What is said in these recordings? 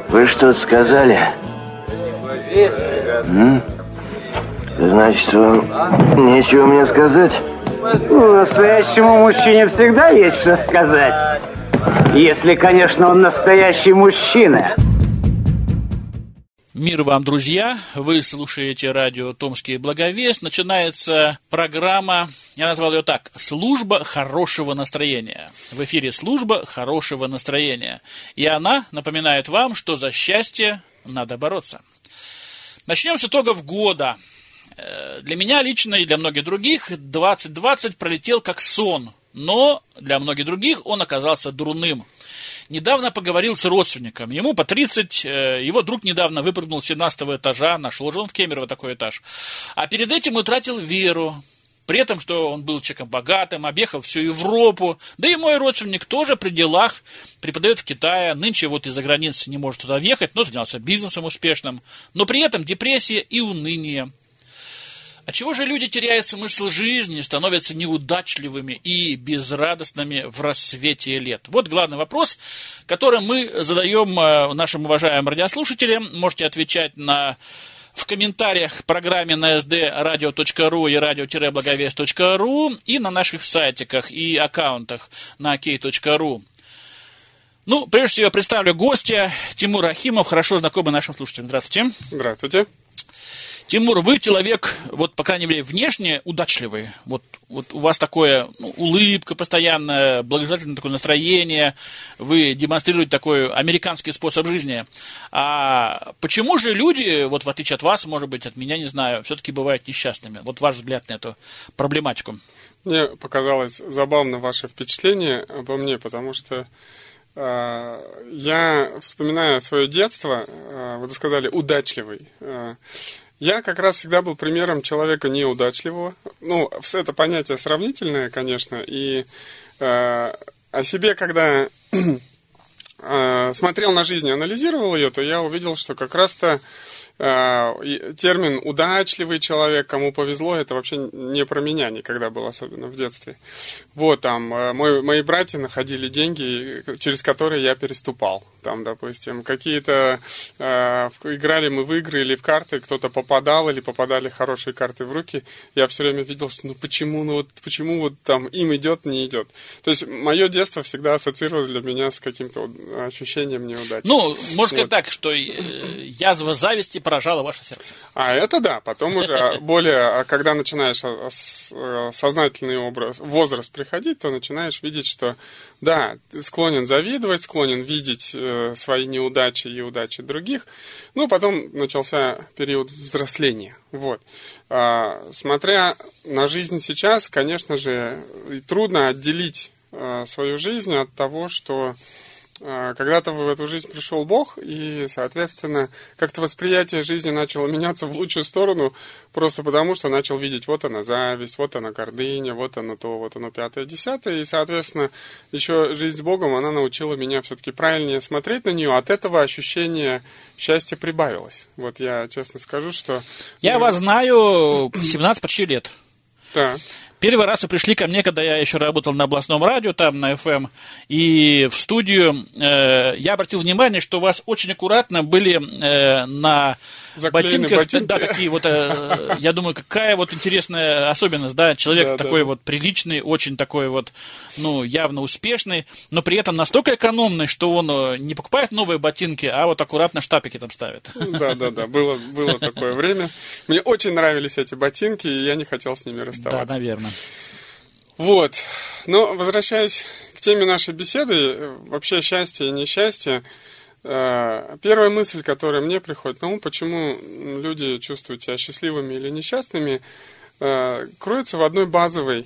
Вы что-то сказали? Значит, вам нечего мне сказать? Настоящему мужчине всегда есть что сказать. Если, конечно, он настоящий мужчина. Мир вам, друзья! Вы слушаете радио «Томский благовест». Начинается программа, я назвал ее так, «Служба хорошего настроения». В эфире «Служба хорошего настроения». И она напоминает вам, что за счастье надо бороться. Начнем с итогов года. Для меня лично и для многих других 2020 пролетел как сон, но для многих других он оказался дурным. Недавно поговорил с родственником, ему по 30, его друг недавно выпрыгнул с 17-го этажа, нашел же он в Кемерово такой этаж, а перед этим утратил веру, при этом, что он был человеком богатым, объехал всю Европу, да и мой родственник тоже при делах, преподает в Китае, нынче вот из-за границы не может туда въехать, но занялся бизнесом успешным, но при этом депрессия и уныние. Отчего же люди теряют смысл жизни, становятся неудачливыми и безрадостными в рассвете лет? Вот главный вопрос, который мы задаем нашим уважаемым радиослушателям. Можете отвечать в комментариях к программе на sdradio.ru и radio-благовест.ру и на наших сайтиках и аккаунтах на ok.ru. Ну, прежде всего, представлю гостя Тимур Рахимов, хорошо знакомый нашим слушателям. Здравствуйте. Здравствуйте. Тимур, вы человек, вот, по крайней мере, внешне удачливый. Вот у вас такое, улыбка постоянная, благожелательное такое настроение. Вы демонстрируете такой американский способ жизни. А почему же люди, вот в отличие от вас, может быть, от меня, не знаю, все-таки бывают несчастными? Вот ваш взгляд на эту проблематику. Мне показалось забавно ваше впечатление обо мне, потому что я вспоминаю свое детство, вы сказали, удачливый. Я как раз всегда был примером человека неудачливого. Ну, это понятие сравнительное, конечно. И о себе, когда смотрел на жизнь и анализировал ее, то я увидел, что как раз-то термин «удачливый человек», кому повезло, это вообще не про меня никогда был, особенно в детстве. Вот, там, мои братья находили деньги, через которые я переступал. Там, допустим, какие-то играли мы в игры или в карты, кто-то попадал или попадали хорошие карты в руки. Я все время видел, что почему вот там им идет, не идет. То есть мое детство всегда ассоциировалось для меня с каким-то ощущением неудачи. Ну, можно сказать так, что язва зависти поражала ваше сердце. А это да, потом уже когда начинаешь сознательный возраст приходить, то начинаешь видеть, что да, ты склонен завидовать, склонен видеть свои неудачи и удачи других. Ну, потом начался период взросления. Вот. Смотря на жизнь сейчас, конечно же, трудно отделить свою жизнь от того, что когда-то в эту жизнь пришел Бог, и, соответственно, как-то восприятие жизни начало меняться в лучшую сторону, просто потому, что начал видеть, вот она зависть, вот она гордыня, вот оно то, вот оно пятое, десятое, и, соответственно, еще жизнь с Богом, она научила меня все-таки правильнее смотреть на нее, от этого ощущение счастья прибавилось. Вот я честно скажу, что... Я вас знаю 17 почти лет. Да. Первый раз вы пришли ко мне, когда я еще работал на областном радио, там на FM, и в студию я обратил внимание, что у вас очень аккуратно были на ботинках, да, такие вот, я думаю, какая вот интересная особенность, да, человек такой вот приличный, очень такой вот, явно успешный, но при этом настолько экономный, что он не покупает новые ботинки, а вот аккуратно штапики там ставит. Да, было такое время. Мне очень нравились эти ботинки, и я не хотел с ними расставаться. Да, наверное. Вот. Но, возвращаясь к теме нашей беседы, вообще счастье и несчастье, первая мысль, которая мне приходит на ум, почему люди чувствуют себя счастливыми или несчастными, кроется в одной базовой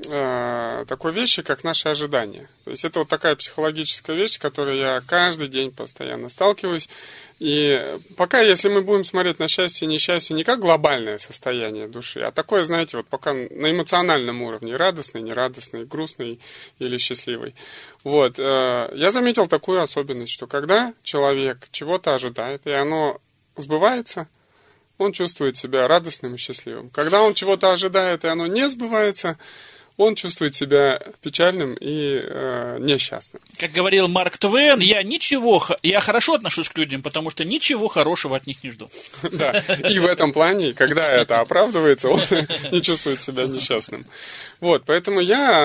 такой вещи, как наши ожидания. То есть это вот такая психологическая вещь, с которой я каждый день постоянно сталкиваюсь. И пока, если мы будем смотреть на счастье и несчастье не как глобальное состояние души, а такое, знаете, вот пока на эмоциональном уровне, радостный, нерадостный, грустный или счастливый. Вот, я заметил такую особенность, что когда человек чего-то ожидает, и оно сбывается, он чувствует себя радостным и счастливым. Когда он чего-то ожидает, и оно не сбывается, он чувствует себя печальным и несчастным. Как говорил Марк Твен, я хорошо отношусь к людям, потому что ничего хорошего от них не жду. Да, и в этом плане, когда это оправдывается, он не чувствует себя несчастным. Вот, поэтому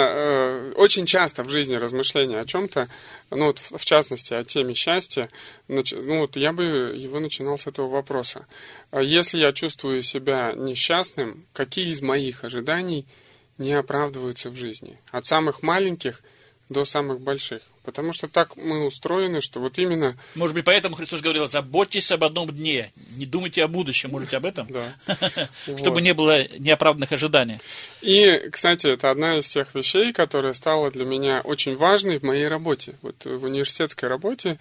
я очень часто в жизни размышления о чем-то, ну, вот в частности, о теме счастья, ну, вот я бы его начинал с этого вопроса. Если я чувствую себя несчастным, какие из моих ожиданий не оправдываются в жизни? От самых маленьких до самых больших. Потому что так мы устроены, что вот именно... Может быть, поэтому Христос говорил, заботьтесь об одном дне, не думайте о будущем, можете об этом? Да. Чтобы не было неоправданных ожиданий. И, кстати, это одна из тех вещей, которая стала для меня очень важной в моей работе. Вот в университетской работе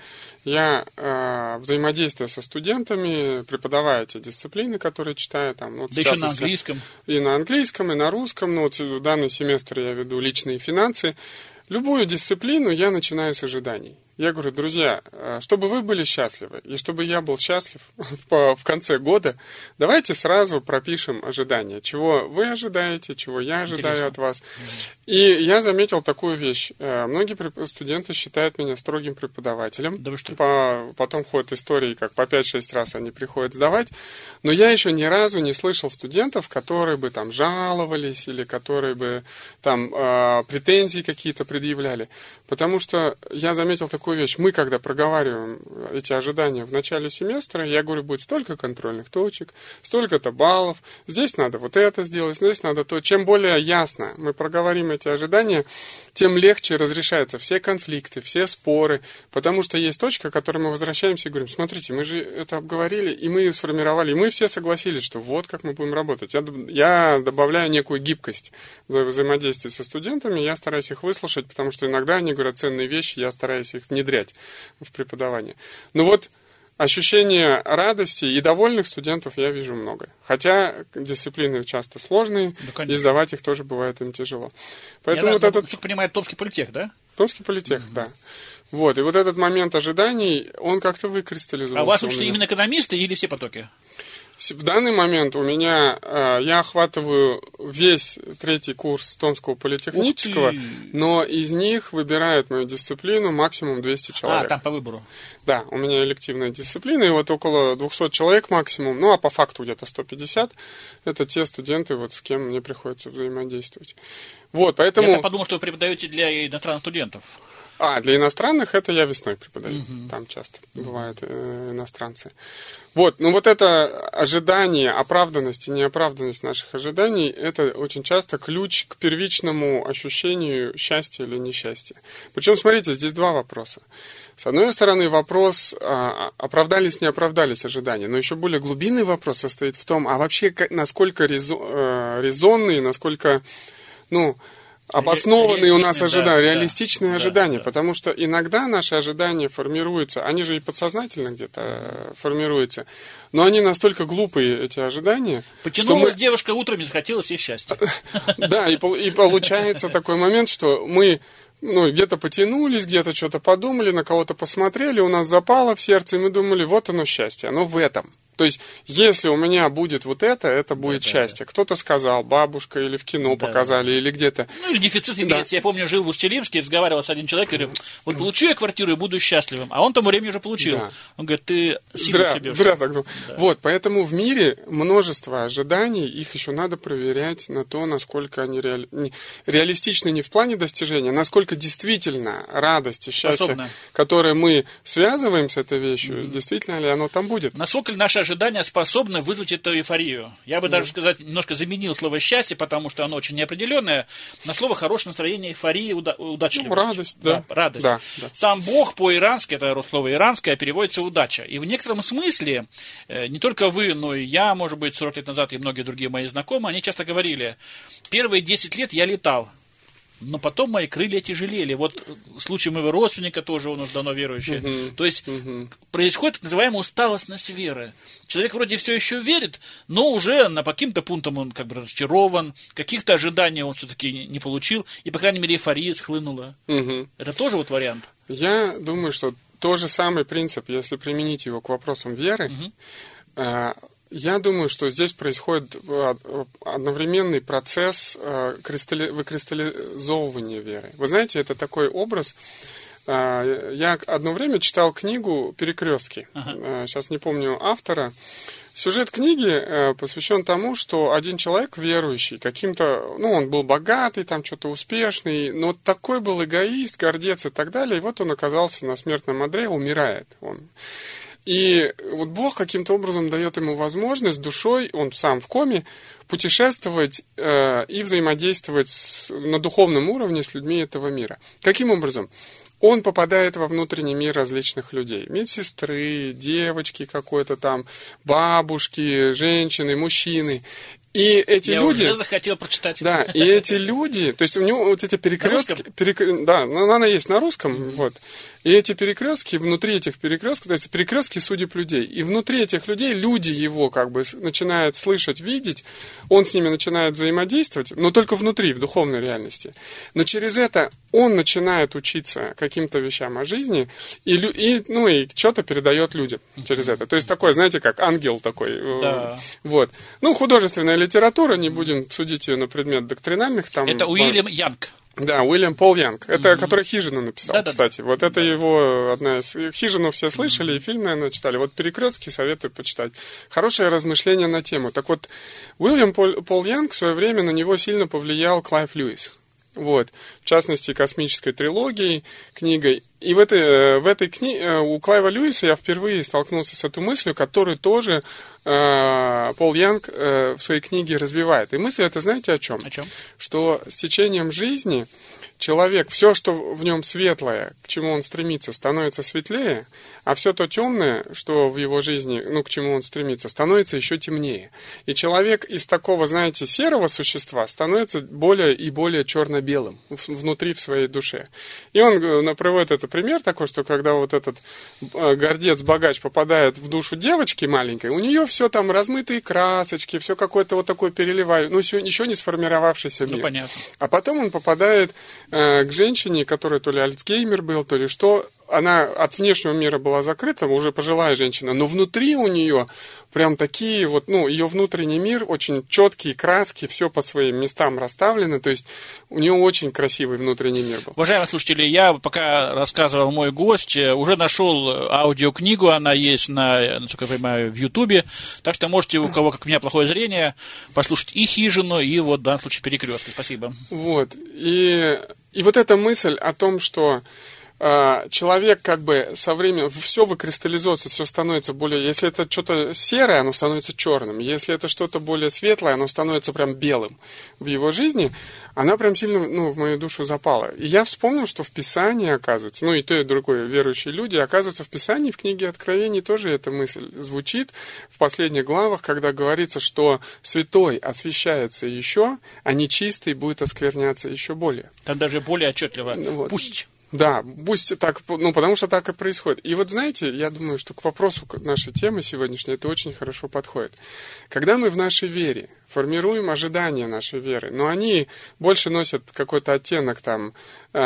я взаимодействую со студентами, преподавая эти дисциплины, которые читаю. Там, вот, да еще на английском. И на английском, и на русском. Ну, вот в данный семестр я веду личные финансы. Любую дисциплину я начинаю с ожиданий. Я говорю, друзья, чтобы вы были счастливы, и чтобы я был счастлив в конце года, давайте сразу пропишем ожидания. Чего вы ожидаете, чего я ожидаю от вас. И я заметил такую вещь. Многие студенты считают меня строгим преподавателем. Да вы что? Потом ходят истории, как по 5-6 раз они приходят сдавать. Но я еще ни разу не слышал студентов, которые бы там жаловались или которые бы там претензии какие-то предъявляли. Потому что я заметил такую вещь. Мы, когда проговариваем эти ожидания в начале семестра, я говорю, будет столько контрольных точек, столько-то баллов, здесь надо вот это сделать, здесь надо то. Чем более ясно мы проговорим эти ожидания, тем легче разрешаются все конфликты, все споры, потому что есть точка, к которой мы возвращаемся и говорим, смотрите, мы же это обговорили, и мы сформировали, и мы все согласились, что вот как мы будем работать. Я добавляю некую гибкость в взаимодействии со студентами, я стараюсь их выслушать, потому что иногда они говорят ценные вещи, я стараюсь их внедрять в преподавание. Но вот ощущение радости и довольных студентов я вижу много. Хотя дисциплины часто сложные, и сдавать их тоже бывает им тяжело. Поэтому вот этот... Насколько понимаю, Томский политех, да? Томский политех, да. Вот, и вот этот момент ожиданий, он как-то выкристаллизовался. А у вас учатся именно экономисты или все потоки? В данный момент у меня, я охватываю весь 3-й курс Томского политехнического, но из них выбирают мою дисциплину максимум 200 человек. А, там по выбору. Да, у меня элективная дисциплина, и вот около 200 человек максимум, ну а по факту где-то 150, это те студенты, вот с кем мне приходится взаимодействовать. Вот, поэтому... Я подумал, что вы преподаете для иностранных студентов. Для иностранных это я весной преподаю. Там часто бывают иностранцы. Вот, ну вот это ожидание, оправданность и неоправданность наших ожиданий, это очень часто ключ к первичному ощущению счастья или несчастья. Причем, смотрите, здесь два вопроса. С одной стороны, вопрос, оправдались, не оправдались ожидания, но еще более глубинный вопрос состоит в том, а вообще насколько резонные, насколько, обоснованные у нас ожидания, реалистичные ожидания, потому что иногда наши ожидания формируются, они же и подсознательно где-то формируются, но они настолько глупые, эти ожидания, Потянулась девушка утром и захотелось ей счастья. Да, и получается такой момент, что мы где-то потянулись, где-то что-то подумали, на кого-то посмотрели, у нас запало в сердце, и мы думали, вот оно счастье, оно в этом. То есть, если у меня будет вот это будет счастье. Кто-то сказал, бабушка, или в кино показали, или где-то. Или дефицит имеется. Я помню, жил в Устилимске, разговаривал с одним человеком, говорил, вот получу я квартиру и буду счастливым. А он тому времени уже получил. Да. Он говорит, ты сильно себе... Зря так думал. Да. Вот, поэтому в мире множество ожиданий, их еще надо проверять на то, насколько они реалистичны не в плане достижения, насколько действительно радость и счастье, которое мы связываем с этой вещью, действительно ли оно там будет. Насколько наши ожидания способны вызвать эту эйфорию. Я бы даже сказать, немножко заменил слово «счастье», потому что оно очень неопределенное, на слово «хорошее настроение», эйфория, удачливость. Радость, да. Радость. Да. Сам Бог по-ирански, это слово иранское, переводится «удача». И в некотором смысле, не только вы, но и я, может быть, 40 лет назад, и многие другие мои знакомые, они часто говорили, первые 10 лет я летал, но потом мои крылья тяжелели. Вот случай моего родственника тоже, он уж давно верующий. То есть происходит так называемая усталостность веры. Человек вроде все еще верит, но уже по каким-то пунктам он как бы разочарован, каких-то ожиданий он все-таки не получил, и, по крайней мере, эйфория схлынула. Это тоже вот вариант? Я думаю, что тот же самый принцип, если применить его к вопросам веры, Я думаю, что здесь происходит одновременный процесс выкристаллизовывания веры. Вы знаете, это такой образ. Я одно время читал книгу «Перекрестки». Сейчас не помню автора. Сюжет книги посвящен тому, что один человек верующий, каким-то, он был богатый, там что-то успешный, но такой был эгоист, гордец и так далее, и вот он оказался на смертном одре, умирает он. И вот Бог каким-то образом дает ему возможность душой, он сам в коме, путешествовать и взаимодействовать на духовном уровне с людьми этого мира. Каким образом? Он попадает во внутренний мир различных людей. Медсестры, девочки какой-то там, бабушки, женщины, мужчины. И эти люди... Я уже захотел прочитать. Да, и эти люди... То есть у него вот эти перекрестки... Да, она есть на русском, вот. И эти перекрестки, внутри этих перекрестков, то есть перекрестки судеб людей. И внутри этих людей люди его как бы начинают слышать, видеть, он с ними начинает взаимодействовать, но только внутри, в духовной реальности. Но через это он начинает учиться каким-то вещам о жизни и что-то передает людям через это. То есть такой, знаете, как ангел такой. Да. Вот. Художественная литература, не будем судить ее на предмет доктринальных. Там, это Уильям Янг. Да, Уильям Пол Янг. Это который «Хижину» написал, кстати. Вот это его одна из... «Хижину» все слышали, и фильм, наверное, читали. Вот «Перекрестки» советую почитать. Хорошее размышление на тему. Так вот, Уильям Пол Янг в свое время на него сильно повлиял Клайв Льюис. Вот. В частности, «Космической трилогией», книгой. И в этой книге у Клайва Льюиса я впервые столкнулся с этой мыслью, которую тоже Пол Янг в своей книге развивает. И мысль это, знаете, о чем? О чем? Что с течением жизни человек, все, что в нем светлое, к чему он стремится, становится светлее, а все то темное, что в его жизни, к чему он стремится, становится еще темнее. И человек из такого, знаете, серого существа становится более и более черно-белым внутри в своей душе. И он приводит это пример такой, что когда вот этот гордец-богач попадает в душу девочки маленькой, у нее все там размытые красочки, все какое-то вот такое переливающее, еще не сформировавшийся мир. Понятно. А потом он попадает к женщине, которая то ли Альцгеймер был, то ли что. Она от внешнего мира была закрыта, уже пожилая женщина, но внутри у нее прям такие вот, ее внутренний мир, очень четкие краски, все по своим местам расставлено, то есть у нее очень красивый внутренний мир был. Уважаемые слушатели, я, пока рассказывал мой гость, уже нашел аудиокнигу, она есть, насколько я понимаю, в Ютубе, так что можете, у кого, как у меня, плохое зрение, послушать и «Хижину», и вот в данном случае «Перекрестки». Спасибо. Вот, и вот эта мысль о том, что человек как бы со временем все выкристаллизуется, все становится более... Если это что-то серое, оно становится черным. Если это что-то более светлое, оно становится прям белым в его жизни. Она прям сильно в мою душу запала. И я вспомнил, что в Писании, оказывается, и то, и другое верующие люди, оказывается, в Писании, в книге Откровений тоже эта мысль звучит в последних главах, когда говорится, что святой освящается еще, а нечистый будет оскверняться еще более. Там даже более отчетливо. Вот. Пусть... Да, пусть так, потому что так и происходит. И вот знаете, я думаю, что к вопросу нашей темы сегодняшней это очень хорошо подходит. Когда мы в нашей вере формируем ожидания нашей веры, но они больше носят какой-то оттенок там,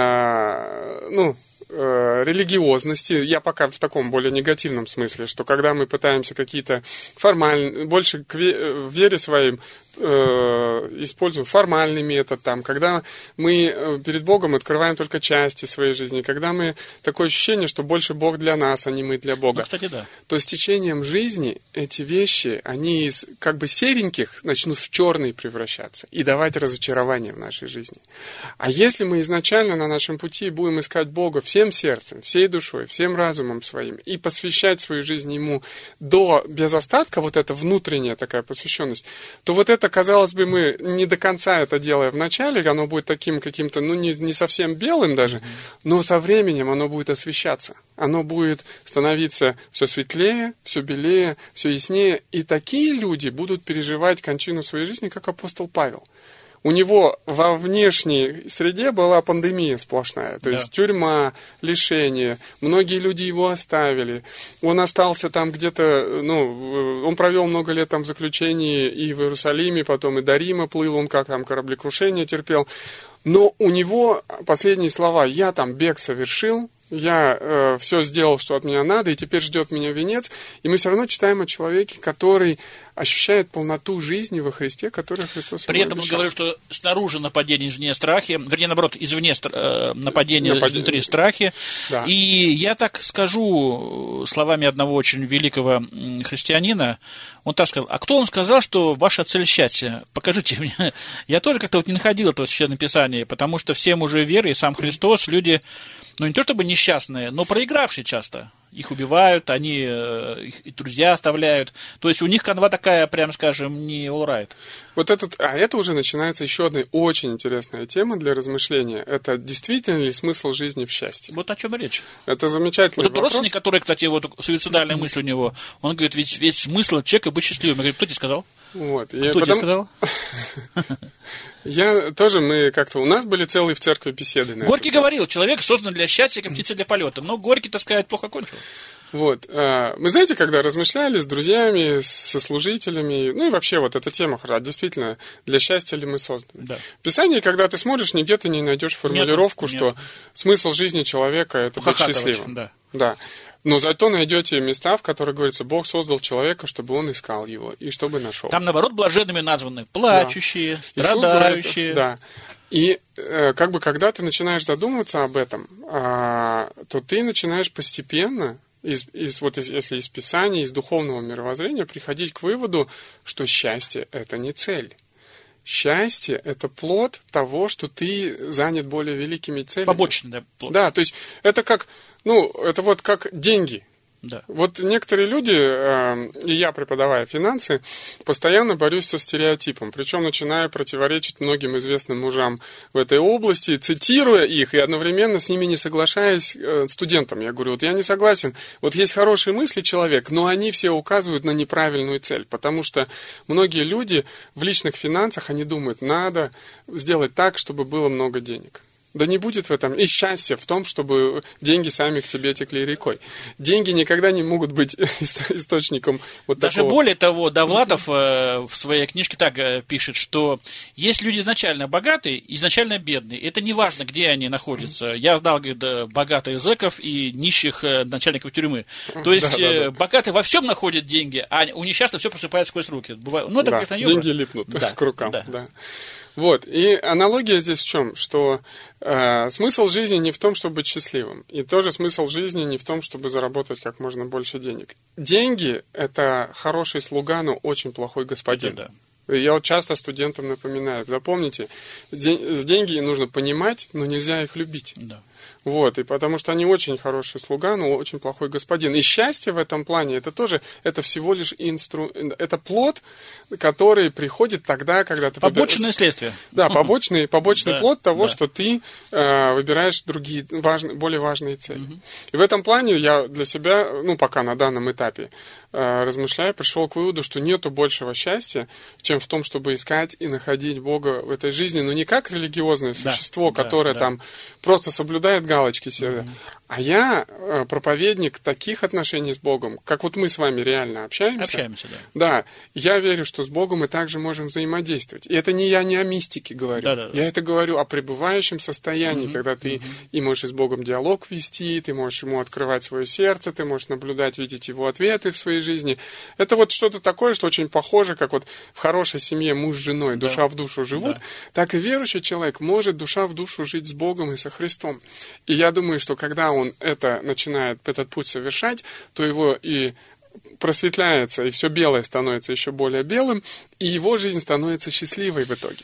религиозности, я пока в таком более негативном смысле, что когда мы пытаемся какие-то больше к вере своим используем формальный метод, когда мы перед Богом открываем только части своей жизни, когда мы такое ощущение, что больше Бог для нас, а не мы для Бога, кстати, да. То с течением жизни эти вещи, они из как бы сереньких начнут в черный превращаться и давать разочарование в нашей жизни. А если мы изначально на нашем пути будем искать Бога всем сердцем, всей душой, всем разумом своим и посвящать свою жизнь Ему без остатка, вот эта внутренняя такая посвященность, то вот это, казалось бы, мы не до конца это делаем в начале, оно будет таким каким-то, не совсем белым даже, но со временем оно будет освещаться. Оно будет становиться все светлее, все белее, все яснее. И такие люди будут переживать кончину своей жизни, как апостол Павел. У него во внешней среде была пандемия сплошная, то есть тюрьма, лишение, многие люди его оставили, он остался там где-то, он провел много лет там в заключении и в Иерусалиме, потом и до Рима плыл, он как там кораблекрушение терпел, но у него последние слова: «Я там бег совершил, я все сделал, что от меня надо, и теперь ждет меня венец». И мы все равно читаем о человеке, который ощущает полноту жизни во Христе, которую Христос При этом он говорит, что снаружи нападение, извне страхи, вернее, наоборот, извне нападение, изнутри страхи. Да. И я так скажу словами одного очень великого христианина, он так сказал: а кто вам сказал, что ваша цель счастье? Покажите мне. Я тоже как-то вот не находил этого в Священном Писании, потому что всем уже веры, и сам Христос, люди, ну не то чтобы несчастные, но проигравшие часто. Их убивают, они их друзья оставляют. То есть у них канва такая, прям скажем, не all right. Вот это уже начинается еще одна очень интересная тема для размышления. Это действительно ли смысл жизни в счастье? Вот о чем речь. Это замечательный вот вопрос. Родственник, который, кстати, вот суицидальная мысль у него, он говорит, ведь весь смысл человека быть счастливым. Я говорю, кто тебе сказал? Вот. Кто тебе сказал? У нас были целые в церкви беседы. Горький говорил, человек создан для счастья, как птица для полета. Но Горький, так сказать, плохо кончил. Вот. Мы, знаете, когда размышляли с друзьями, со служителями, ну и вообще вот эта тема, действительно, для счастья ли мы созданы? Да. В Писании, когда ты смотришь, нигде ты не найдешь формулировку, нет. что смысл жизни человека – это быть счастливым. Да. Но зато найдете места, в которых говорится, Бог создал человека, чтобы он искал его и чтобы нашел. Там, наоборот, блаженными названы плачущие, страдающие. Да. И когда ты начинаешь задумываться об этом, то ты начинаешь постепенно, если из Писания, из духовного мировоззрения, приходить к выводу, что счастье – это не цель. Счастье – это плод того, что ты занят более великими целями. Побочный, да, плод. Да, то есть это как деньги. Да. Вот некоторые люди, и я, преподавая финансы, постоянно борюсь со стереотипом, причем начинаю противоречить многим известным мужам в этой области, цитируя их и одновременно с ними не соглашаясь студентам. Я говорю, вот я не согласен, вот есть хорошие мысли человек, но они все указывают на неправильную цель, потому что многие люди в личных финансах, они думают, надо сделать так, чтобы было много денег. Да не будет в этом. И счастье в том, чтобы деньги сами к тебе текли рекой. Деньги никогда не могут быть источником вот даже такого. Более того, Довлатов в своей книжке так пишет, что есть люди изначально богатые, изначально бедные. Это не важно, где они находятся. Я знал, говорит, богатых зэков и нищих начальников тюрьмы. То есть богатые во всем находят деньги, а у несчастных все просыпается сквозь руки. Ну, это, конечно, юмор. Деньги липнут к рукам. Да. Вот, и аналогия здесь в чем? Что смысл жизни не в том, чтобы быть счастливым. И тоже смысл жизни не в том, чтобы заработать как можно больше денег. Деньги – это хороший слуга, но очень плохой господин. Да. Я вот часто студентам напоминаю, запомните, деньги нужно понимать, но нельзя их любить. Да. Вот, и потому что они очень хороший слуга, но очень плохой господин. И счастье в этом плане, это всего лишь это плод, который приходит тогда, когда ты побочное следствие. Да, побочный плод того, что ты выбираешь другие, более важные цели. И в этом плане я для себя, пока на данном этапе размышляя, пришел к выводу, что нету большего счастья, чем в том, чтобы искать и находить Бога в этой жизни, но не как религиозное существо, которое там просто соблюдает галочки себе. А я проповедник таких отношений с Богом, как вот мы с вами реально общаемся. Общаемся, да. Да, я верю, что с Богом мы также можем взаимодействовать. И это я не о мистике говорю. Да. Я это говорю о пребывающем состоянии, когда ты и можешь с Богом диалог вести, ты можешь ему открывать свое сердце, ты можешь наблюдать, видеть его ответы в своей жизни. Это вот что-то такое, что очень похоже, как вот в хорошей семье муж с женой, душа в душу живут, так и верующий человек может душа в душу жить с Богом и со Христом. И я думаю, что когда он начинает этот путь совершать, то его и просветляется, и все белое становится еще более белым, и его жизнь становится счастливой в итоге.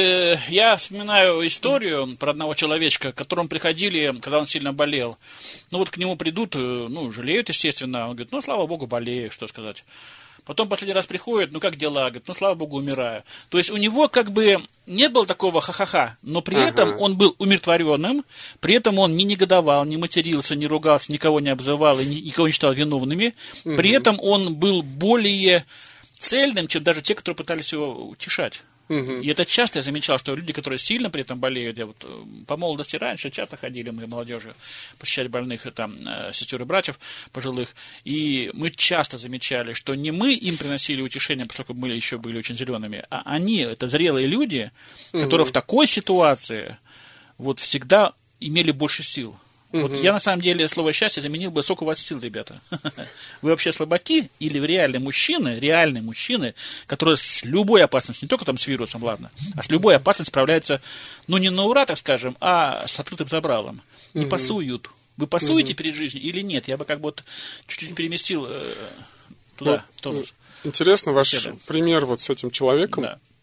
Я вспоминаю историю про одного человечка, к которому приходили, когда он сильно болел. Вот к нему придут, жалеют, естественно. Он говорит, слава Богу, болею, что сказать. Потом последний раз приходит, как дела? Говорит, слава Богу, умираю. То есть у него не было такого ха-ха-ха, но при этом он был умиротворенным, при этом он не негодовал, не матерился, не ругался, никого не обзывал и никого не считал виновными. При этом он был более цельным, чем даже те, которые пытались его утешать. И это часто я замечал, что люди, которые сильно при этом болеют, я вот по молодости раньше часто ходили мы молодежью посещать больных, сестер и братьев пожилых, и мы часто замечали, что не мы им приносили утешение, поскольку мы еще были очень зелеными, а они, это зрелые люди, которые в такой ситуации вот всегда имели больше сил. Вот я на самом деле слово «счастье» заменил бы «сколько у вас сил, ребята». Вы вообще слабаки или вы реальные мужчины, которые с любой опасностью, не только там с вирусом, ладно, а с любой опасностью справляются, ну, не на ура, так скажем, а с открытым забралом. Не пасуют. Вы пасуете перед жизнью или нет? Я бы как бы вот чуть-чуть переместил туда, тонус. Интересно, ваш пример вот с этим человеком,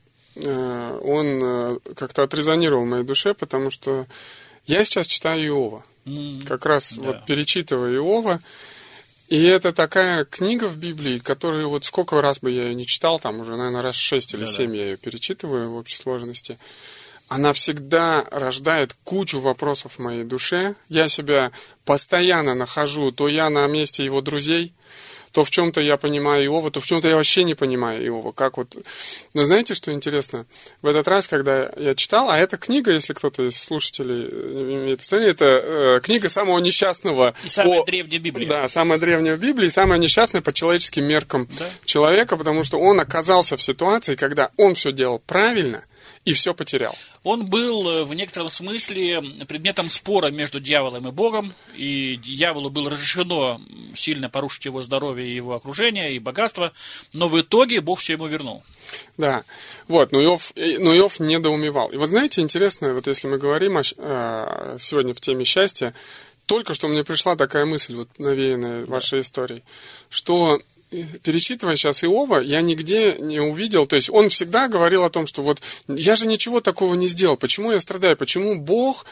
он как-то отрезонировал в моей душе, потому что я сейчас читаю Иова. Как раз вот перечитывая Иова, и это такая книга в Библии, которую вот сколько раз бы я ее не читал, там уже, наверное, раз 6 или 7 я ее перечитываю в общей сложности, она всегда рождает кучу вопросов в моей душе. Я себя постоянно нахожу, то я на месте его друзей, то в чем-то я понимаю Иова, то в чем-то я вообще не понимаю Иова. Как вот... Но знаете, что интересно? В этот раз, когда я читал, а эта книга, если кто-то из слушателей имеет представление, это книга самого несчастного... И самая древняя Библия. Да, самая древняя в Библии, и самая несчастная по человеческим меркам человека, потому что он оказался в ситуации, когда он все делал правильно, и все потерял. Он был в некотором смысле предметом спора между дьяволом и Богом, и дьяволу было разрешено сильно порушить его здоровье и его окружение, и богатство, но в итоге Бог все ему вернул. Да, вот, но Иов недоумевал. И вот знаете, интересно, вот если мы говорим сегодня в теме счастья, только что мне пришла такая мысль, вот навеянная вашей историей, что... Перечитывая сейчас Иова, я нигде не увидел, то есть он всегда говорил о том, что вот я же ничего такого не сделал, почему я страдаю, почему Бог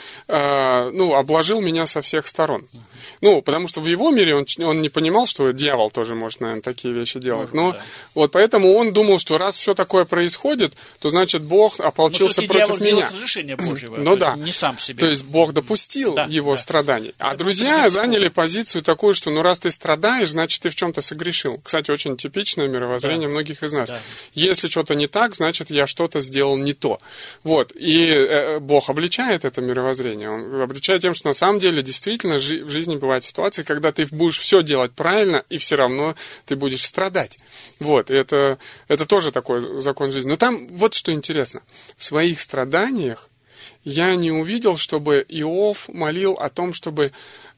обложил меня со всех сторон. Ну, потому что в его мире он не понимал, что дьявол тоже может, наверное, такие вещи делать. Но вот поэтому он думал, что раз все такое происходит, то значит Бог ополчился против меня. Разрешение Божьего, ну да. Не сам себе. То есть Бог допустил его страданий. А друзья заняли позицию такую, что ну раз ты страдаешь, значит ты в чем-то согрешил. Кстати, очень типичное мировоззрение многих из нас. Да. Если что-то не так, значит, я что-то сделал не то. Вот. И Бог обличает это мировоззрение. Он обличает тем, что на самом деле действительно в жизни бывают ситуации, когда ты будешь все делать правильно, и все равно ты будешь страдать. Вот. И это тоже такой закон жизни. Но там вот что интересно. В своих страданиях я не увидел, чтобы Иов молил о том, чтобы,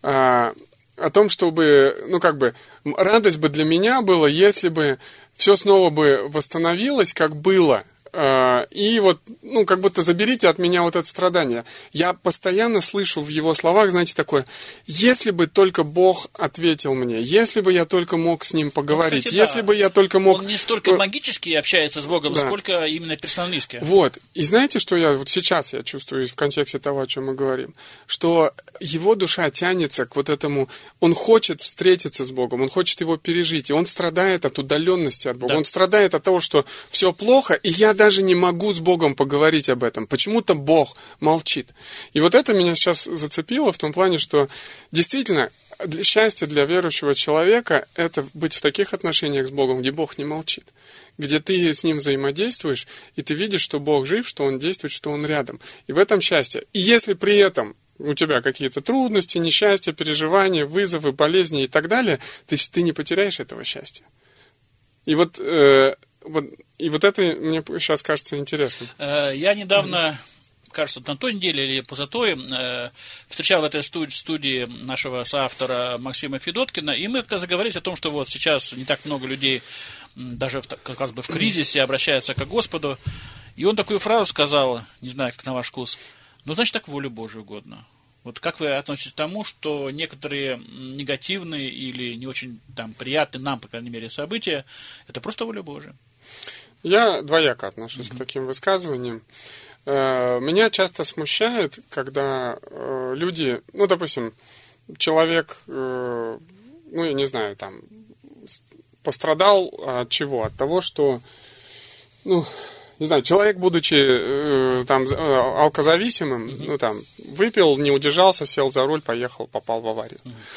ну, как бы, радость бы для меня была, если бы все снова бы восстановилось, как было, и вот, ну, как будто заберите от меня вот это страдание. Я постоянно слышу в его словах, знаете, такое, если бы только Бог ответил мне, если бы я только мог с ним поговорить, кстати, если бы я только мог... Он не столько магически общается с Богом, сколько именно персоналистски. Вот. И знаете, что я вот сейчас я чувствую в контексте того, о чем мы говорим? Что его душа тянется к вот этому... Он хочет встретиться с Богом, он хочет его пережить, и он страдает от удаленности от Бога, он страдает от того, что все плохо, и я даже не могу с Богом поговорить об этом. Почему-то Бог молчит. И вот это меня сейчас зацепило в том плане, что действительно счастье для верующего человека – это быть в таких отношениях с Богом, где Бог не молчит, где ты с Ним взаимодействуешь, и ты видишь, что Бог жив, что Он действует, что Он рядом. И в этом счастье. И если при этом у тебя какие-то трудности, несчастья, переживания, вызовы, болезни и так далее, ты не потеряешь этого счастья. И вот это мне сейчас кажется интересным. Я недавно, кажется, на той неделе или позатой, встречал в этой студии нашего соавтора Максима Федоткина, и мы как-то заговорили о том, что вот сейчас не так много людей, даже казалось бы, в кризисе обращаются к Господу. И он такую фразу сказал, не знаю, как на ваш вкус, ну, значит, так волю Божию угодно. Вот как вы относитесь к тому, что некоторые негативные или не очень там приятные нам, по крайней мере, события, это просто воля Божия? Я двояко отношусь к таким высказываниям. Меня часто смущает, когда люди, ну, допустим, человек, ну, я не знаю, там, пострадал от чего? От того, что, ну, не знаю, человек, будучи там алкозависимым, ну, там, выпил, не удержался, сел за руль, поехал, попал в аварию.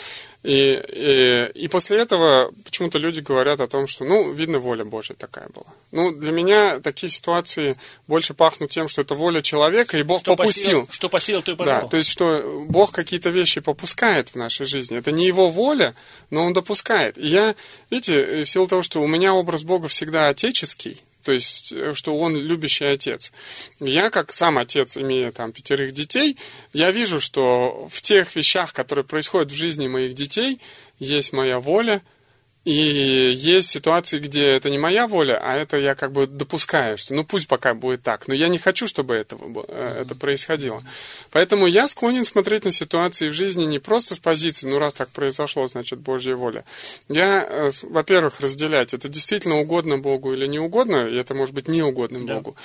И после этого почему-то люди говорят о том, что, ну, видно, воля Божья такая была. Ну, для меня такие ситуации больше пахнут тем, что это воля человека, и Бог попустил. Что посеял, то и пожал. Да, то есть, что Бог какие-то вещи попускает в нашей жизни. Это не Его воля, но Он допускает. И я, видите, в силу того, что у меня образ Бога всегда отеческий, то есть, что он любящий отец. Я, как сам отец, имея там 5 детей, я вижу, что в тех вещах, которые происходят в жизни моих детей, есть моя воля, и есть ситуации, где это не моя воля, а это я как бы допускаю, что пусть пока будет так, но я не хочу, чтобы это происходило. Поэтому я склонен смотреть на ситуации в жизни не просто с позиции, раз так произошло, значит, Божья воля. Я, во-первых, разделять, это действительно угодно Богу или не угодно, и это может быть неугодным Богу,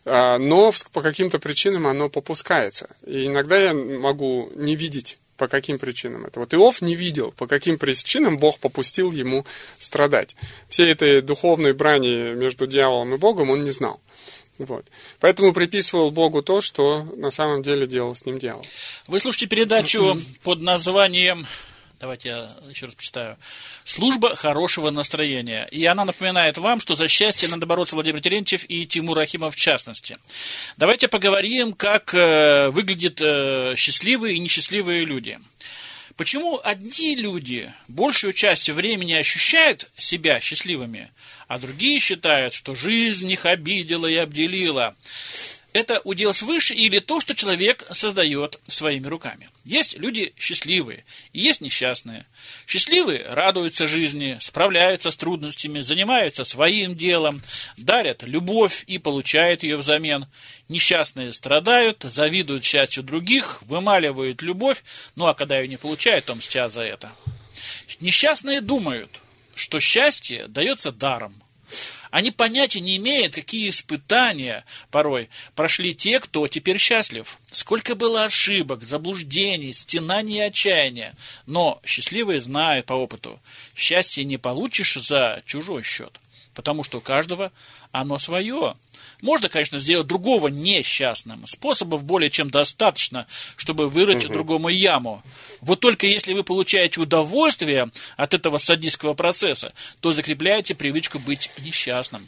но по каким-то причинам оно попускается. И иногда я могу не видеть, по каким причинам это. Вот Иов не видел, по каким причинам Бог попустил ему страдать. Всей этой духовной брани между дьяволом и Богом он не знал. Вот. Поэтому приписывал Богу то, что на самом деле делал с ним дьявол. Вы слушаете передачу под названием, давайте я еще раз почитаю, «Служба хорошего настроения». И она напоминает вам, что за счастье надо бороться, Владимир Терентьев и Тимур Рахимов в частности. Давайте поговорим, как выглядят счастливые и несчастливые люди. Почему одни люди большую часть времени ощущают себя счастливыми, а другие считают, что жизнь их обидела и обделила? Это удел свыше или то, что человек создает своими руками? Есть люди счастливые и есть несчастные. Счастливые радуются жизни, справляются с трудностями, занимаются своим делом, дарят любовь и получают ее взамен. Несчастные страдают, завидуют счастью других, вымаливают любовь, а когда ее не получают, то мстят за это. Несчастные думают, что счастье дается даром. Они понятия не имеют, какие испытания порой прошли те, кто теперь счастлив. Сколько было ошибок, заблуждений, стенаний и отчаяния. Но счастливые знают по опыту, счастье не получишь за чужой счет, потому что у каждого оно свое. Можно, конечно, сделать другого несчастным. Способов более чем достаточно, чтобы вырыть другому яму. Вот только если вы получаете удовольствие от этого садистского процесса, то закрепляете привычку быть несчастным.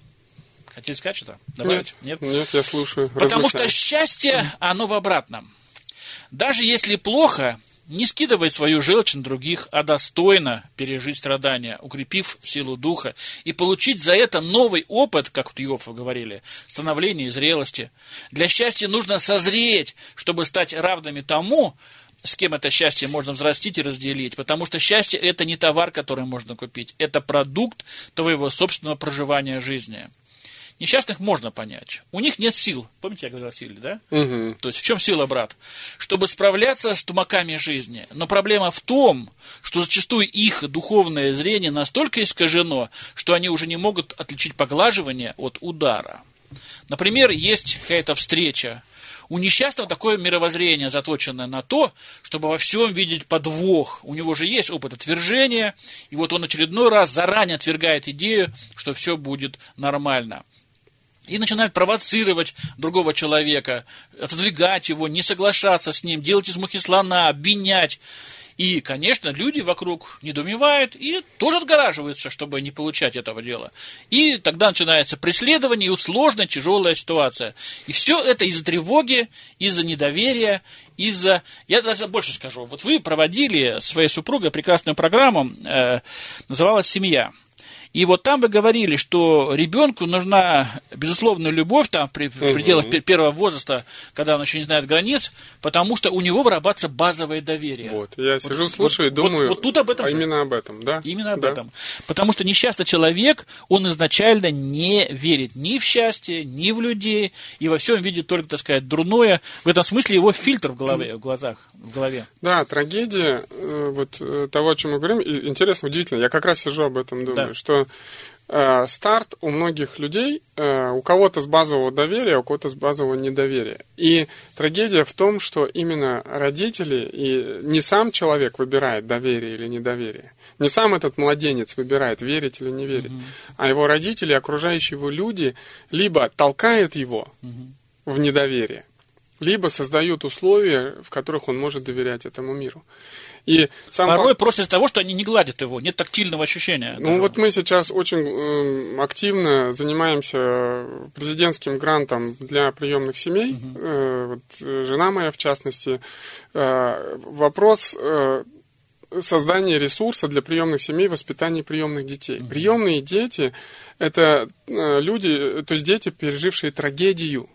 Хотели сказать что-то? Добавить? Нет, я слушаю. Потому что счастье, оно в обратном. Даже если плохо, не скидывать свою желчь на других, а достойно пережить страдания, укрепив силу духа и получить за это новый опыт, как вот Иов говорили, становления и зрелости. Для счастья нужно созреть, чтобы стать равными тому, с кем это счастье можно взрастить и разделить. Потому что счастье – это не товар, который можно купить, это продукт твоего собственного проживания жизни. Несчастных можно понять. У них нет сил. Помните, я говорил о силе, да? То есть в чем сила, брат? Чтобы справляться с тумаками жизни. Но проблема в том, что зачастую их духовное зрение настолько искажено, что они уже не могут отличить поглаживание от удара. Например, есть какая-то встреча. У несчастного такое мировоззрение, заточенное на то, чтобы во всем видеть подвох. У него же есть опыт отвержения, и вот он очередной раз заранее отвергает идею, что все будет нормально. И начинает провоцировать другого человека, отодвигать его, не соглашаться с ним, делать из мухи слона, обвинять. И, конечно, люди вокруг недоумевают и тоже отгораживаются, чтобы не получать этого дела. И тогда начинается преследование, и сложная, тяжелая ситуация. И все это из-за тревоги, из-за недоверия, из-за... Я даже больше скажу. Вот вы проводили с своей супругой прекрасную программу, называлась «Семья». И вот там вы говорили, что ребенку нужна безусловная любовь там, в пределах первого возраста, когда он еще не знает границ, потому что у него вырабатывается базовое доверие. Вот, я сижу, слушаю и думаю, вот тут об этом именно об этом, да? Именно об этом. Потому что несчастный человек, он изначально не верит ни в счастье, ни в людей, и во всем видит только, так сказать, дурное. В этом смысле его фильтр в голове, в голове. Да, трагедия вот того, о чем мы говорим, интересно, удивительно, я как раз сижу об этом думаю, что старт у многих людей, у кого-то с базового доверия, у кого-то с базового недоверия. И трагедия в том, что именно родители, и не сам человек выбирает доверие или недоверие, не сам этот младенец выбирает, верить или не верить, а его родители, окружающие его люди, либо толкают его в недоверие, либо создают условия, в которых он может доверять этому миру. И порой просто из-за того, что они не гладят его, нет тактильного ощущения. Ну вот мы сейчас очень активно занимаемся президентским грантом для приемных семей, вот, жена моя в частности. Вопрос создание ресурса для приемных семей, воспитания приемных детей. Приемные дети – это люди, то есть дети, пережившие трагедию,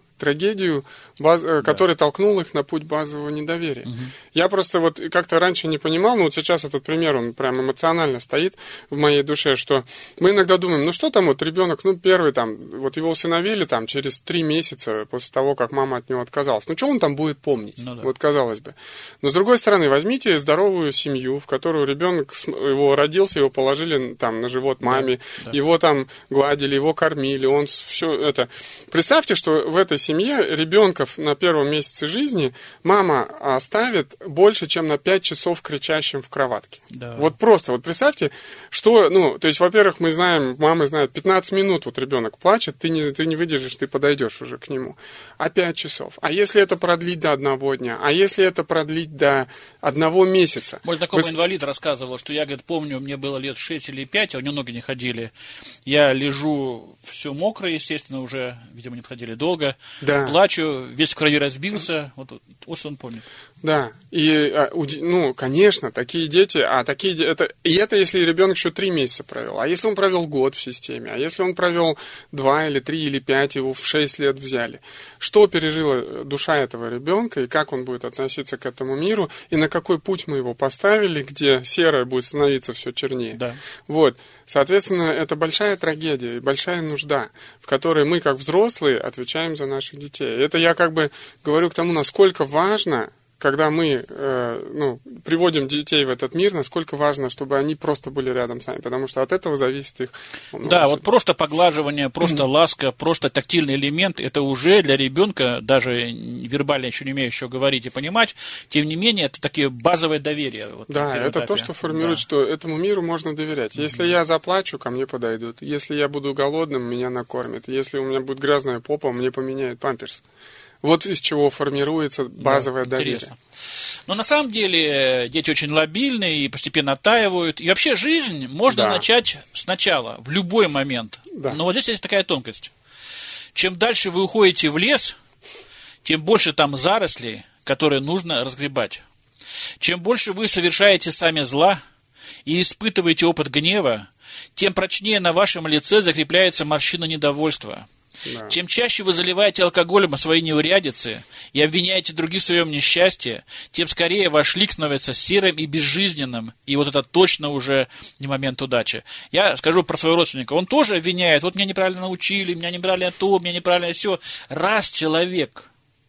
которая толкнула их на путь базового недоверия. Я просто вот как-то раньше не понимал, но вот сейчас этот пример, он прям эмоционально стоит в моей душе, что мы иногда думаем, ну что там вот ребенок, первый там, вот его усыновили там через 3 месяца после того, как мама от него отказалась. Ну что он там будет помнить? Ну, да. Вот казалось бы. Но с другой стороны, возьмите здоровую семью, в которую ребенок, его родился, его положили там на живот маме, его там гладили, его кормили, он все это... Представьте, что в этой семье ребенков на первом месяце жизни мама оставит больше, чем на 5 часов кричащим в кроватке. Да. Вот просто, вот представьте, что, то есть, во-первых, мы знаем, мамы знают, 15 минут вот ребенок плачет, ты не выдержишь, ты подойдешь уже к нему. А 5 часов? А если это продлить до 1 дня? А если это продлить до 1 месяца? Мой знакомый инвалид рассказывал, что я, говорит, помню, мне было лет 6 или 5, а у него ноги не ходили. Я лежу все мокрое, естественно, уже, видимо, не ходили долго. Да. Плачу, весь в крови разбился. Вот что он помнит. Да, и, конечно, такие дети, и это если ребенок еще 3 месяца провел. А если он провел год в системе? А если он провел 2 или 3 или 5, его в 6 лет взяли? Что пережила душа этого ребенка, и как он будет относиться к этому миру, и на какой путь мы его поставили, где серое будет становиться все чернее? Да. Вот, соответственно, это большая трагедия и большая нужда, в которой мы, как взрослые, отвечаем за наших детей. Это я как бы говорю к тому, насколько важно, когда мы приводим детей в этот мир, насколько важно, чтобы они просто были рядом с нами, потому что от этого зависит их... Да, вот просто поглаживание, просто ласка, просто тактильный элемент, это уже для ребенка, даже вербально еще не умеющего говорить и понимать, тем не менее, это такие базовое доверие. Вот, да, это то, что формирует, что этому миру можно доверять. Если я заплачу, ко мне подойдут. Если я буду голодным, меня накормят. Если у меня будет грязная попа, мне поменяют памперс. Вот из чего формируется базовое доверие. Интересно. Но на самом деле дети очень лобильные и постепенно оттаивают. И вообще жизнь можно начать сначала, в любой момент. Да. Но вот здесь есть такая тонкость. Чем дальше вы уходите в лес, тем больше там зарослей, которые нужно разгребать. Чем больше вы совершаете сами зла и испытываете опыт гнева, тем прочнее на вашем лице закрепляется морщина недовольства. Да. Чем чаще вы заливаете алкоголем свои неурядицы и обвиняете других в своем несчастье, тем скорее ваш лик становится серым и безжизненным. И вот это точно уже не момент удачи. Я скажу про своего родственника. Он тоже обвиняет. Вот меня неправильно научили, меня неправильно то, меня неправильно все. Раз человек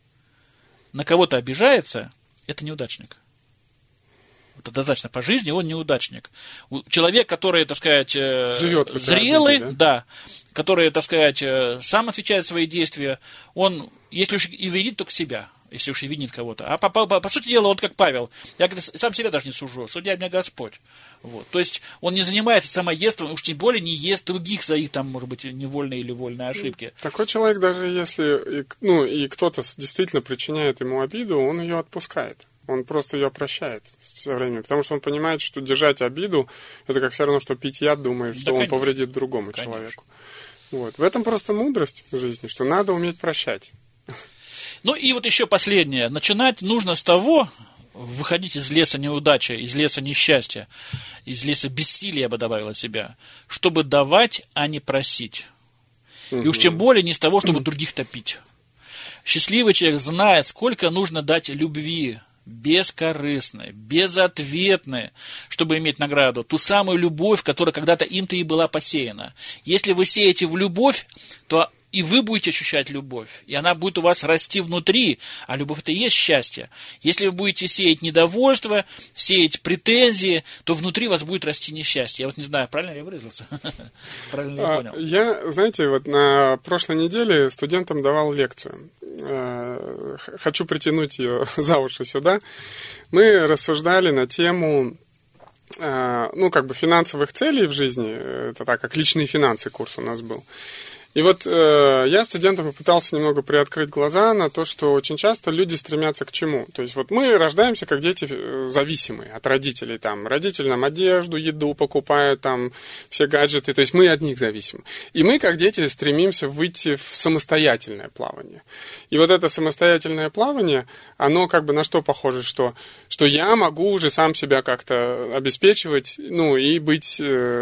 на кого-то обижается, это неудачник. Вот однозначно по жизни он неудачник. Человек, который, так сказать, живет зрелый, да, который, так сказать, сам отвечает за свои действия, он, если уж и винит, только себя, если уж и винит кого-то. А по сути дела, он как Павел. Я сам себя даже не сужу, судья меня Господь. Вот. То есть он не занимается самоедством, уж тем более не ест других своих, там, может быть, невольные или вольные ошибки. Такой человек, даже если и кто-то действительно причиняет ему обиду, он ее отпускает. Он просто ее прощает со временем, потому что он понимает, что держать обиду, это как все равно, что пить яд, думаешь, что он повредит другому человеку. Вот. В этом просто мудрость в жизни, что надо уметь прощать. Ну и вот еще последнее. Начинать нужно с того, выходить из леса неудачи, из леса несчастья, из леса бессилия, я бы добавил от себя, чтобы давать, а не просить. И уж тем более не с того, чтобы других топить. Счастливый человек знает, сколько нужно дать любви, бескорыстной, безответной, чтобы иметь награду, ту самую любовь, которая когда-то им-то и была посеяна. Если вы сеете в любовь, то и вы будете ощущать любовь, и она будет у вас расти внутри, а любовь – это и есть счастье. Если вы будете сеять недовольство, сеять претензии, то внутри вас будет расти несчастье. Я вот не знаю, правильно ли я выразился? Правильно я понял? Я, знаете, вот на прошлой неделе студентам давал лекцию. Хочу притянуть ее за уши сюда. Мы рассуждали на тему финансовых целей в жизни. Это так, как личные финансы курс у нас был. И вот я студентам попытался немного приоткрыть глаза на то, что очень часто люди стремятся к чему. То есть вот мы рождаемся как дети зависимые от родителей. Там, родители нам одежду, еду покупают, там, все гаджеты. То есть мы от них зависим. И мы как дети стремимся выйти в самостоятельное плавание. И вот это самостоятельное плавание, оно как бы на что похоже, что я могу уже сам себя как-то обеспечивать, ну, и быть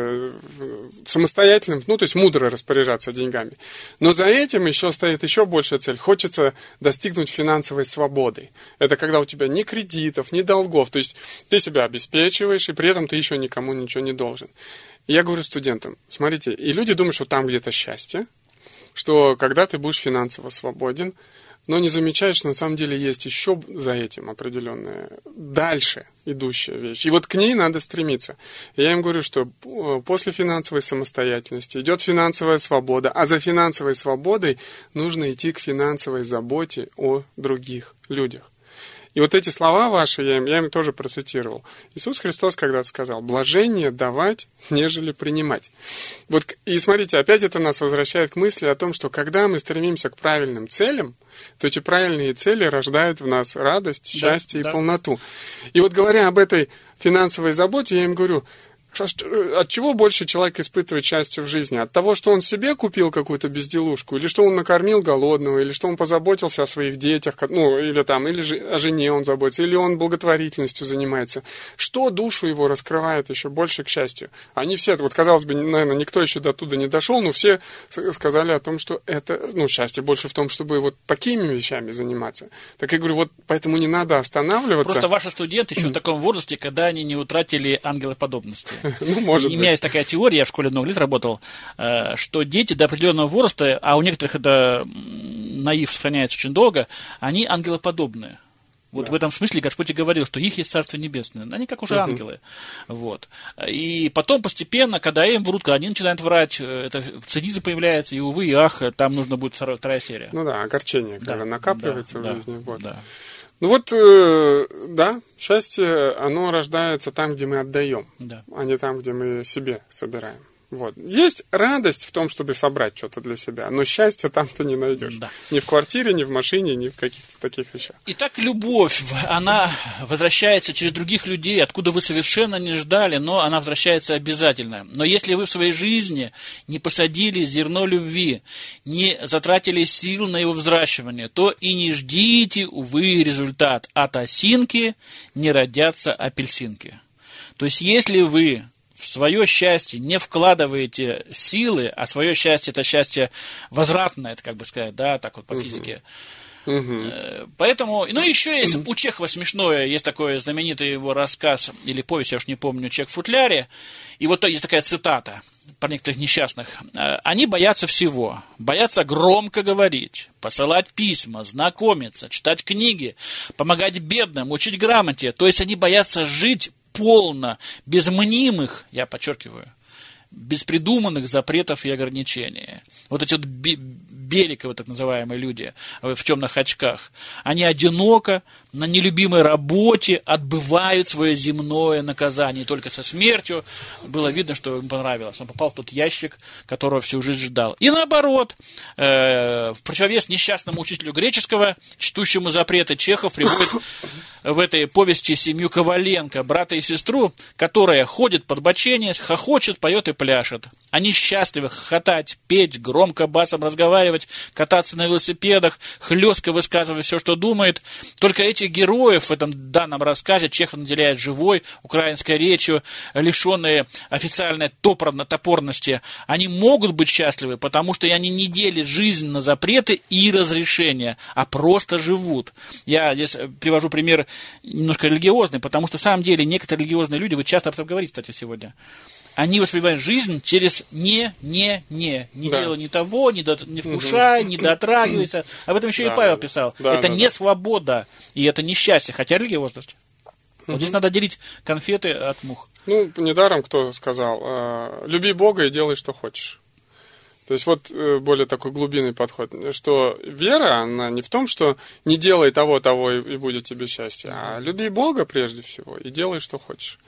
самостоятельным, ну, то есть мудро распоряжаться деньгами. Но за этим еще стоит еще большая цель. Хочется достигнуть финансовой свободы. Это когда у тебя ни кредитов, ни долгов. То есть ты себя обеспечиваешь, и при этом ты еще никому ничего не должен. И я говорю студентам, смотрите, и люди думают, что там где-то счастье, что когда ты будешь финансово свободен, но не замечаешь, что на самом деле есть еще за этим определенная дальше идущая вещь. И вот к ней надо стремиться. И я им говорю, что после финансовой самостоятельности идет финансовая свобода, а за финансовой свободой нужно идти к финансовой заботе о других людях. И вот эти слова ваши, я им тоже процитировал. Иисус Христос когда-то сказал: «Блажение давать, нежели принимать». Вот, и смотрите, опять это нас возвращает к мысли о том, что когда мы стремимся к правильным целям, то эти правильные цели рождают в нас радость, счастье и полноту. И вот говоря об этой финансовой заботе, я им говорю, от чего больше человек испытывает счастье в жизни? От того, что он себе купил какую-то безделушку, или что он накормил голодного, или что он позаботился о своих детях, ну, или о жене он заботится, или он благотворительностью занимается. Что душу его раскрывает еще больше к счастью? Они все, вот казалось бы, наверное, никто еще до туда не дошел, но все сказали о том, что это, ну, счастье больше в том, чтобы вот такими вещами заниматься. Так я говорю, вот поэтому не надо останавливаться. Просто ваши студенты еще в таком возрасте, когда они не утратили ангелоподобности. Ну, может быть. У меня есть такая теория, я в школе много лет работал, что дети до определенного возраста, а у некоторых это наив сохраняется очень долго, они ангелоподобные. Вот в этом смысле Господь и говорил, что их есть Царство Небесное. Они как уже ангелы. Вот. И потом постепенно, когда им врут, когда они начинают врать, это цинизм появляется, и увы, и ах, там нужно будет вторая серия. Ну да, огорчение, когда накапливается в жизни. Вот. Да. Ну вот, да, счастье, оно рождается там, где мы отдаем, а не там, где мы себе собираем. Вот. Есть радость в том, чтобы собрать что-то для себя, но счастья там ты не найдешь. Да. Ни в квартире, ни в машине, ни в каких-то таких вещах. Итак, любовь, она возвращается через других людей, откуда вы совершенно не ждали, но она возвращается обязательно. Но если вы в своей жизни не посадили зерно любви, не затратили сил на его взращивание, то и не ждите, увы, результат. От осинки не родятся апельсинки. То есть, если вы в свое счастье не вкладываете силы, а свое счастье — это счастье возвратное, это как бы сказать, да, так вот по физике. Поэтому, ну, еще есть у Чехова смешное, есть такой знаменитый его рассказ или повесть, я уж не помню, «Человек в футляре», и вот есть такая цитата про некоторых несчастных. Они боятся всего, боятся громко говорить, посылать письма, знакомиться, читать книги, помогать бедным, учить грамоте, то есть они боятся жить полно, без мнимых, я подчеркиваю, без придуманных запретов и ограничений. Вот эти вот Беликовы, так называемые люди в темных очках, они одиноко, на нелюбимой работе отбывают свое земное наказание. И только со смертью было видно, что им понравилось. Он попал в тот ящик, которого всю жизнь ждал. И наоборот, в противовес несчастному учителю греческого, чтущему запреты, Чехов приводит в этой повести семью Коваленко, брата и сестру, которая ходит под боченец, хохочет, поет и пляшет. Они счастливы хохотать, петь, громко басом разговаривать, кататься на велосипедах, хлестко высказывать все, что думает. Только этих героев в этом данном рассказе Чехов наделяет живой украинской речью, лишенные официальной топорности. Они могут быть счастливы, потому что они не делят жизнь на запреты и разрешения, а просто живут. Я здесь привожу пример немножко религиозный, потому что в самом деле некоторые религиозные люди, вы часто об этом говорите, кстати, сегодня, они воспринимают жизнь через не делай ни того, не вкушай, не дотрагивайся. Об этом еще и Павел писал. Это не свобода, и это не счастье, хотя религиозность. Вот здесь надо делить конфеты от мух. Ну, недаром кто сказал, люби Бога и делай, что хочешь. То есть вот более такой глубинный подход, что вера, она не в том, что не делай того и будет тебе счастье, а люби Бога прежде всего и делай, что хочешь.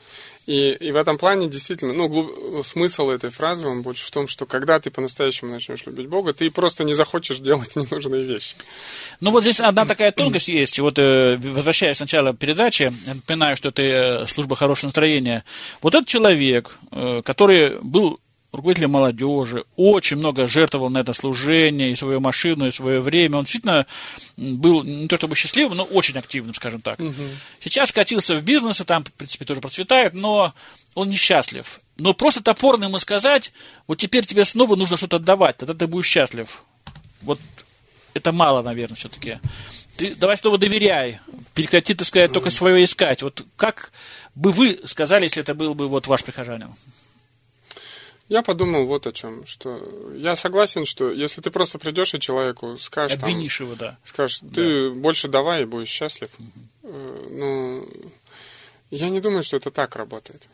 И в этом плане действительно, смысл этой фразы, он больше в том, что когда ты по-настоящему начнешь любить Бога, ты просто не захочешь делать ненужные вещи. Ну вот здесь одна такая тонкость есть. Вот возвращаясь к началу передачи, я напоминаю, что это служба хорошего настроения. Вот этот человек, который был руководителем молодежи, очень много жертвовал на это служение, и свою машину, и свое время. Он действительно был не то чтобы счастливым, но очень активным, скажем так. Сейчас скатился в бизнес, и там, в принципе, тоже процветает, но он несчастлив. Но просто топорно ему сказать, вот теперь тебе снова нужно что-то отдавать, тогда ты будешь счастлив. Вот это мало, наверное, все-таки. Ты давай снова доверяй, прекрати, так сказать, только свое искать. Вот как бы вы сказали, если это был бы вот ваш прихожанин? Я подумал вот о чем, что я согласен, что если ты просто придешь и человеку скажешь... Обвинишь его, да. Скажешь, ты больше давай и будешь счастлив. Ну, я не думаю, что это так работает.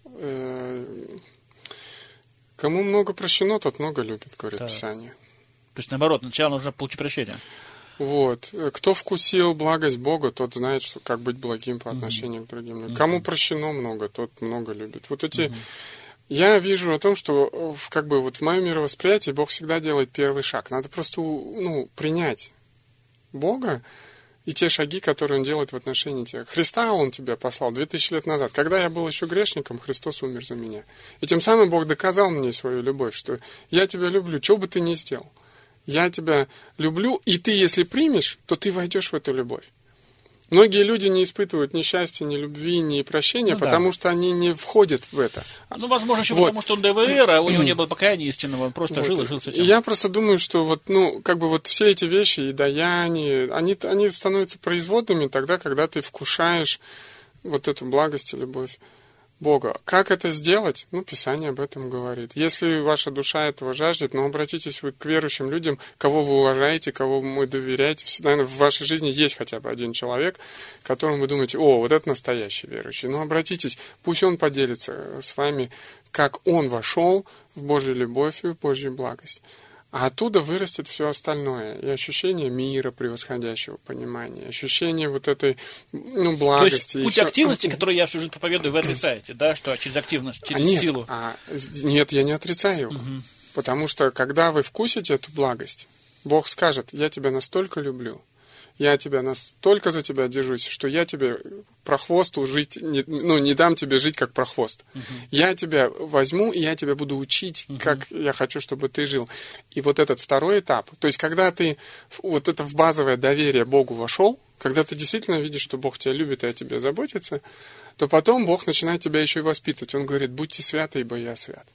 Кому много прощено, тот много любит, говорит Писание. То есть, наоборот, сначала нужно получить прощение. Вот. Кто вкусил благость Бога, тот знает, что, как быть благим по отношению к другим людям. Кому прощено много, тот много любит. Вот эти... Я вижу о том, что как бы вот в моем мировосприятии Бог всегда делает первый шаг. Надо просто принять Бога и те шаги, которые Он делает в отношении тебя. Христа Он тебя послал 2000 лет назад. Когда я был еще грешником, Христос умер за меня. И тем самым Бог доказал мне свою любовь, что я тебя люблю, что бы ты ни сделал. Я тебя люблю, и ты, если примешь, то ты войдешь в эту любовь. Многие люди не испытывают ни счастья, ни любви, ни прощения, потому что они не входят в это. Ну, возможно, еще потому, что он ДВР, а у него не было покаяния истинного, он просто жил и жил с этим. Я просто думаю, что все эти вещи и даяние, они становятся производными тогда, когда ты вкушаешь вот эту благость и любовь Бога. Как это сделать? Писание об этом говорит. Если ваша душа этого жаждет, обратитесь вы к верующим людям, кого вы уважаете, кого вы доверяете. Наверное, в вашей жизни есть хотя бы один человек, которому вы думаете, вот это настоящий верующий. Обратитесь, пусть он поделится с вами, как он вошел в Божью любовь и в Божью благость. А оттуда вырастет все остальное. И ощущение мира, превосходящего понимания, ощущение вот этой благости. То есть путь активности, который я всю жизнь проповедую, вы отрицаете, да, что через активность, через силу? Нет, я не отрицаю его. Потому что, когда вы вкусите эту благость, Бог скажет, я тебя настолько люблю, я тебя настолько за тебя держусь, что я тебе прохвосту жить, не дам тебе жить как прохвост. Я тебя возьму, и я тебя буду учить, как я хочу, чтобы ты жил. И вот этот второй этап, то есть когда ты вот это в базовое доверие Богу вошел, когда ты действительно видишь, что Бог тебя любит и о тебе заботится, то потом Бог начинает тебя еще и воспитывать. Он говорит, будьте святы, ибо я свят.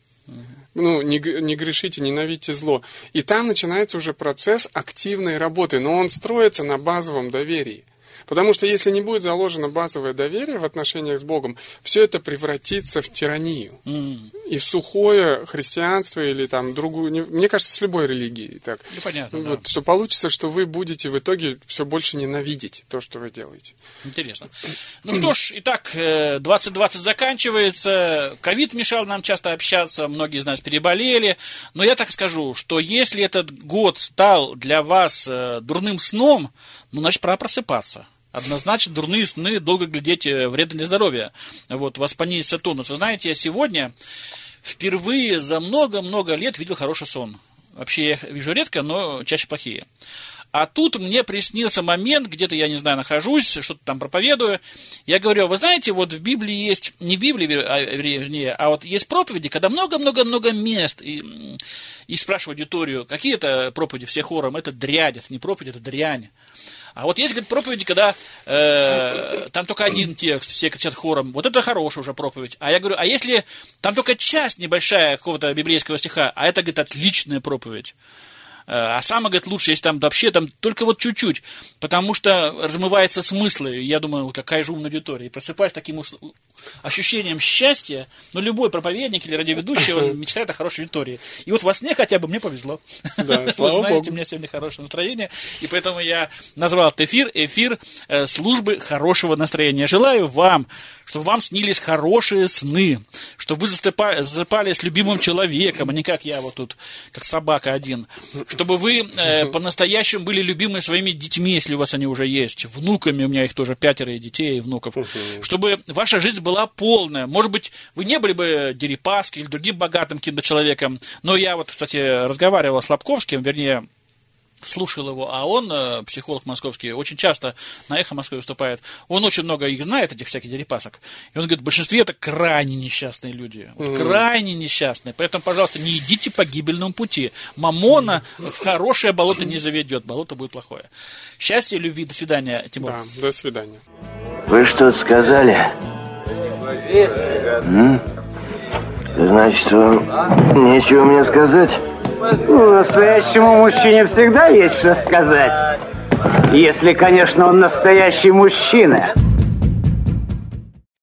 Не грешите, ненавидьте зло. И там начинается уже процесс активной работы, но он строится на базовом доверии. Потому что если не будет заложено базовое доверие в отношениях с Богом, все это превратится в тиранию. И в сухое христианство или там другую... Мне кажется, с любой религией так. Понятно, что получится, что вы будете в итоге все больше ненавидеть то, что вы делаете. Интересно. Ну что ж, итак, 2020 заканчивается. Ковид мешал нам часто общаться, многие из нас переболели. Но я так скажу, что если этот год стал для вас дурным сном, значит, пора просыпаться. Однозначно, дурные сны, долго глядеть вредно для здоровья. Вас понизится тонус. Вы знаете, я сегодня впервые за много-много лет видел хороший сон. Вообще я вижу редко, но чаще плохие. А тут мне приснился момент, где-то, я не знаю, нахожусь, что-то там проповедую. Я говорю, вы знаете, в Библии есть, не в Библии, вернее, а есть проповеди, когда много-много-много мест. И спрашиваю аудиторию, какие это проповеди все хором? Это дрянь, это не проповедь, это дрянь. А вот есть, говорит, проповеди, когда там только один текст, все кричат хором, вот это хорошая уже проповедь. А я говорю, а если там только часть небольшая какого-то библейского стиха, а это, говорит, отличная проповедь. А самое, говорит, лучше, если там вообще там только чуть-чуть, потому что размываются смыслы. Я думаю, какая же умная аудитория. И просыпаюсь таким ощущением счастья. Но любой проповедник или радиоведущий, он мечтает о хорошей аудитории. И во сне хотя бы мне повезло. Да, вы знаете, у меня сегодня хорошее настроение. И поэтому я назвал этот эфир службы хорошего настроения. Желаю вам, чтобы вам снились хорошие сны, чтобы вы засыпали с любимым человеком, а не как я тут, как собака один. Чтобы вы по-настоящему были любимы своими детьми, если у вас они уже есть, внуками, у меня их тоже 5 детей и внуков. Чтобы ваша жизнь была была полная. Может быть, вы не были бы Дерипаской или другим богатым каким-то человеком, но я вот, кстати, разговаривал с Лобковским, вернее, слушал его, а он, психолог московский, очень часто на «Эхо Москвы» выступает. Он очень много их знает, этих всяких Дерипасок. И он говорит, в большинстве это крайне несчастные люди. Вот, крайне несчастные. Поэтому, пожалуйста, не идите по гибельному пути. Мамона в хорошее болото не заведет. Болото будет плохое. Счастья, любви. До свидания, Тимур. Да, до свидания. Вы что-то сказали? Значит, вам нечего мне сказать? Настоящему мужчине всегда есть что сказать. Если, конечно, он настоящий мужчина.